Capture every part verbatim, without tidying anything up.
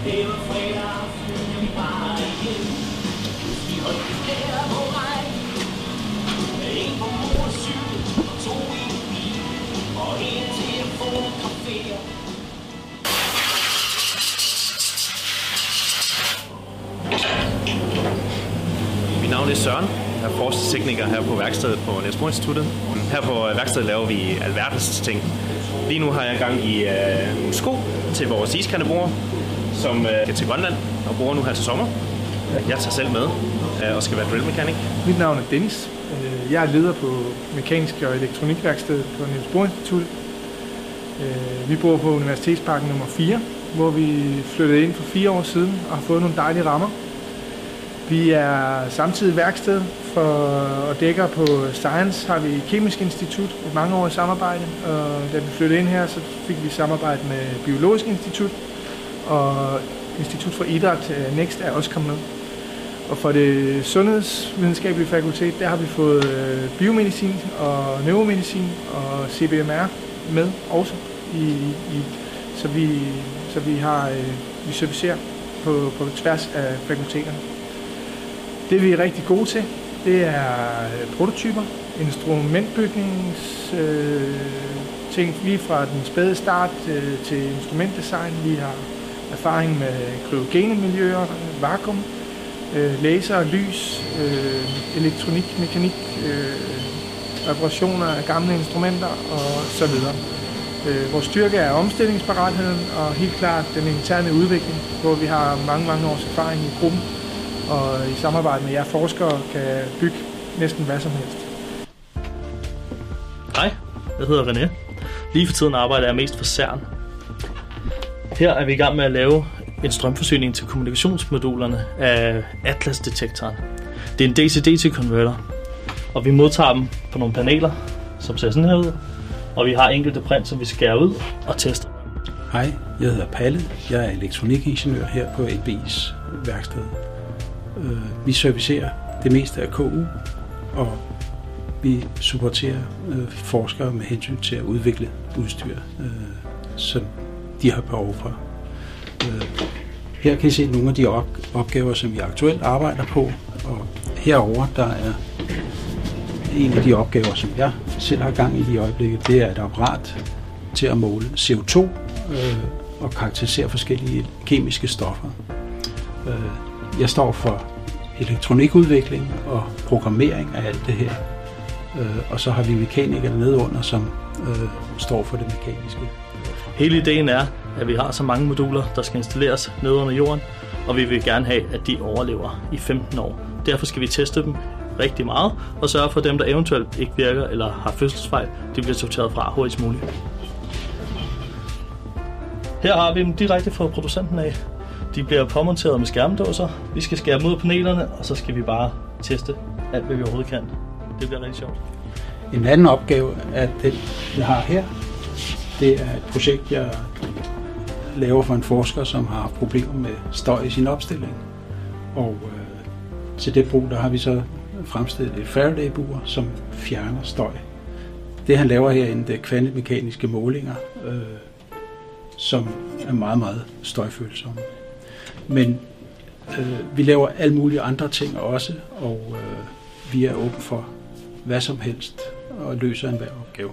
Mit navn er Søren. Jeg er forskningstekniker her på værkstedet på Niels Bohr Instituttet. Her på værkstedet laver vi alverdens ting. Lige nu har jeg gang i øh, nogle sko til vores iskandeborer, som øh, skal til Grønland og bor nu her til sommer. Jeg tager selv med øh, og skal være drillmekanik. Mit navn er Dennis. Jeg er leder på mekanisk og elektronikværkstedet på Niels Bohr Instituttet. Vi bor på Universitetsparken nummer fire, hvor vi flyttede ind for fire år siden og har fået nogle dejlige rammer. Vi er samtidig værksted for og dækker på Science, har vi Kemisk Institut, et mange år i samarbejde. Og da vi flyttede ind her, så fik vi samarbejde med Biologisk Institut, og Institut for Idræt, Next, er også kommet med. Og for det sundhedsvidenskabelige fakultet, der har vi fået biomedicin og neuromedicin og C B M R med også. I, i, så vi, så vi, har, vi servicerer på, på tværs af fakulteterne. Det vi er rigtig gode til, det er prototyper, instrumentbygnings øh, ting, lige fra den spæde start øh, til instrumentdesign. Vi har erfaring med kryogene miljøer, vakuum, øh, laser, lys, øh, elektronik, mekanik, øh, reparationer af gamle instrumenter og så videre. Øh, vores styrke er omstillingsparatheden og helt klart den interne udvikling, hvor vi har mange, mange års erfaring i gruppen. Og i samarbejde med jer forskere kan bygge næsten hvad som helst. Hej, jeg hedder René. Lige for tiden arbejder jeg mest for CERN. Her er vi i gang med at lave en strømforsyning til kommunikationsmodulerne af Atlas-detektoren. Det er en D C D C-konverter, og vi modtager dem på nogle paneler, som ser sådan her ud. Og vi har enkelte print, som vi skærer ud og tester. Hej, jeg hedder Palle. Jeg er elektronikingeniør her på L B I's værksted. Vi servicerer det meste af K U, og vi supporterer forskere med hensyn til at udvikle udstyr, som de har behov for. Her kan I se nogle af de opgaver, som vi aktuelt arbejder på, og herover der er en af de opgaver, som jeg selv har gang i i øjeblikket, det er et apparat til at måle C O to og karakterisere forskellige kemiske stoffer. Jeg står for elektronikudvikling og programmering af alt det her. Og så har vi mekanikere nede under, som øh, står for det mekaniske. Hele ideen er, at vi har så mange moduler, der skal installeres nede under jorden, og vi vil gerne have, at de overlever i femten år. Derfor skal vi teste dem rigtig meget, og sørge for, at dem, der eventuelt ikke virker eller har fødselsfejl, de bliver sorteret fra hurtigst muligt. Her har vi dem direkte fra producenten af. De bliver påmonteret med skærmdåser. Vi skal skære dem ud af panelerne, og så skal vi bare teste alt, hvad vi overhovedet kan. Det bliver rigtig sjovt. En anden opgave er den, jeg har her. Det er et projekt, jeg laver for en forsker, som har haft problemer med støj i sin opstilling. Og øh, til det brug, der har vi så fremstillet et Faraday-bur, som fjerner støj. Det han laver herinde, det er kvantemekaniske målinger, øh, som er meget, meget støjfølsomme. Men øh, vi laver alle mulige andre ting også, og øh, vi er åbne for hvad som helst og løser enhver opgave.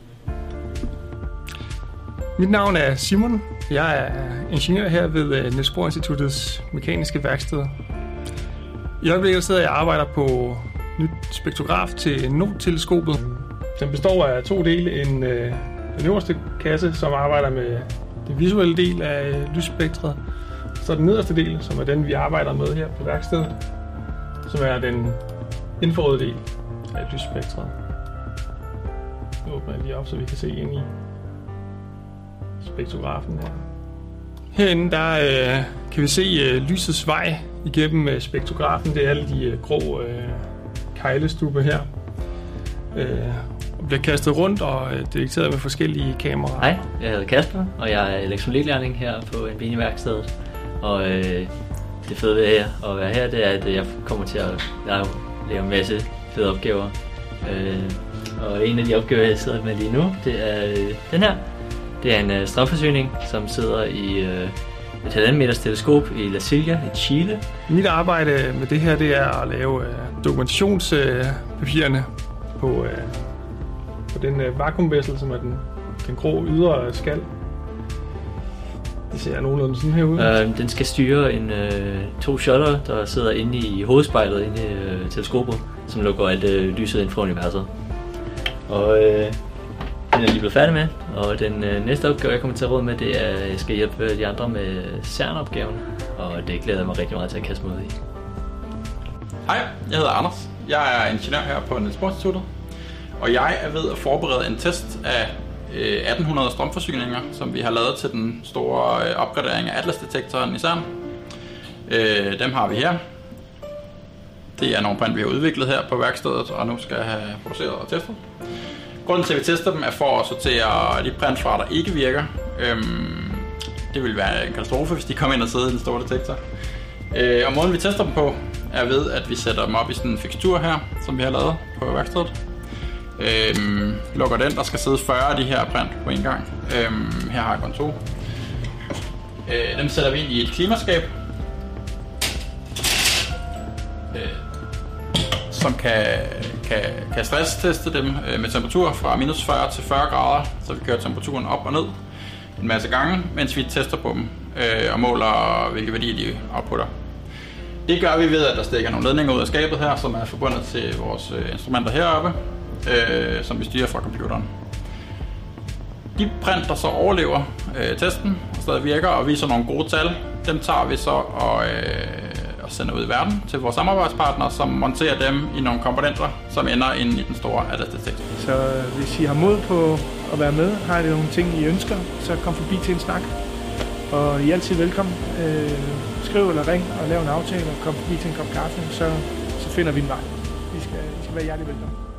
Mit navn er Simon. Jeg er ingeniør her ved Niels Bohr Instituttets mekaniske værksted. I øjeblikket sidder jeg og arbejder på nyt spektrograf til Nord-teleskopet. Den består af to dele. En, øh, den øverste kasse, som arbejder med den visuelle del af lysspektret. Så den nederste del, som er den, vi arbejder med her på værkstedet, som er den infrarøde del af lysspektret. Nu åbner jeg lige op, så vi kan se ind i spektrografen her. Herinde der øh, kan vi se øh, lysets vej igennem øh, spektrografen. Det er alle de øh, grå øh, kejlestube her. Øh, og bliver kastet rundt og øh, detekteret med forskellige kameraer. Hej, jeg hedder Kasper, og jeg er elektroniklærling her på N B I-værkstedet. Og øh, det fede ved her, at være her, det er, at jeg kommer til at lave, lave en masse fede opgaver. Øh, og en af de opgaver, jeg sidder med lige nu, det er øh, den her. Det er en øh, strømforsyning, som sidder i, øh, et halvanden meters teleskop i La Silla i Chile. Mit arbejde med det her, det er at lave uh, dokumentationspapirerne på, uh, på den uh, vakuumvessel, som er den, den grå ydre skal. Det ser nogenlunde sådan her ud. Øh, den skal styre en, øh, to shutter, der sidder inde i hovedspejlet inde i øh, teleskopet, som lukker alt øh, lyset ind fra universet. Og øh, den er lige blevet færdig med, og den øh, næste opgave, jeg kommer til at råde med, det er, at jeg skal hjælpe de andre med CERN-opgaven, og det glæder jeg mig rigtig meget til at kaste mig ud i. Hej, jeg hedder Anders. Jeg er ingeniør her på Niels Bohr Instituttet, og jeg er ved at forberede en test af atten hundrede strømforsyninger, som vi har lavet til den store opgradering af Atlas-detektoren i CERN. Dem har vi her. Det er nogle print, vi har udviklet her på værkstedet, og nu skal jeg have produceret og testet. Grunden til, at vi tester dem, er for at sortere de print fra, der ikke virker. Det ville være en katastrofe, hvis de kom ind og sidder i den store detektor. Og måden, vi tester dem på, er ved, at vi sætter dem op i sådan en fikstur her, som vi har lavet på værkstedet. Øhm, lukker den, der skal sidde fyrre af de her print på en gang. Øhm, her har jeg kun to. Øh, dem sætter vi ind i et klimaskab, øh, som kan, kan, kan stressteste dem øh, med temperatur fra minus fyrre til fyrre grader, så vi kører temperaturen op og ned en masse gange, mens vi tester på dem øh, og måler, hvilke værdier de outputter. Det gør vi ved, at der stikker nogle ledninger ud af skabet her, som er forbundet til vores øh, instrumenter heroppe. Øh, som vi styrer fra computeren. De print, der så overlever øh, testen og stadig virker og viser nogle gode tal, dem tager vi så og, øh, og sender ud i verden til vores samarbejdspartnere, som monterer dem i nogle komponenter, som ender ind i den store Atlas-detektor. Så hvis I har mod på at være med, har I nogle ting, I ønsker, så kom forbi til en snak. Og I er altid velkommen. Øh, skriv eller ring og lav en aftale og kom forbi til en kop kaffe, så, så finder vi en vej. I skal, I skal være hjertelig velkommen.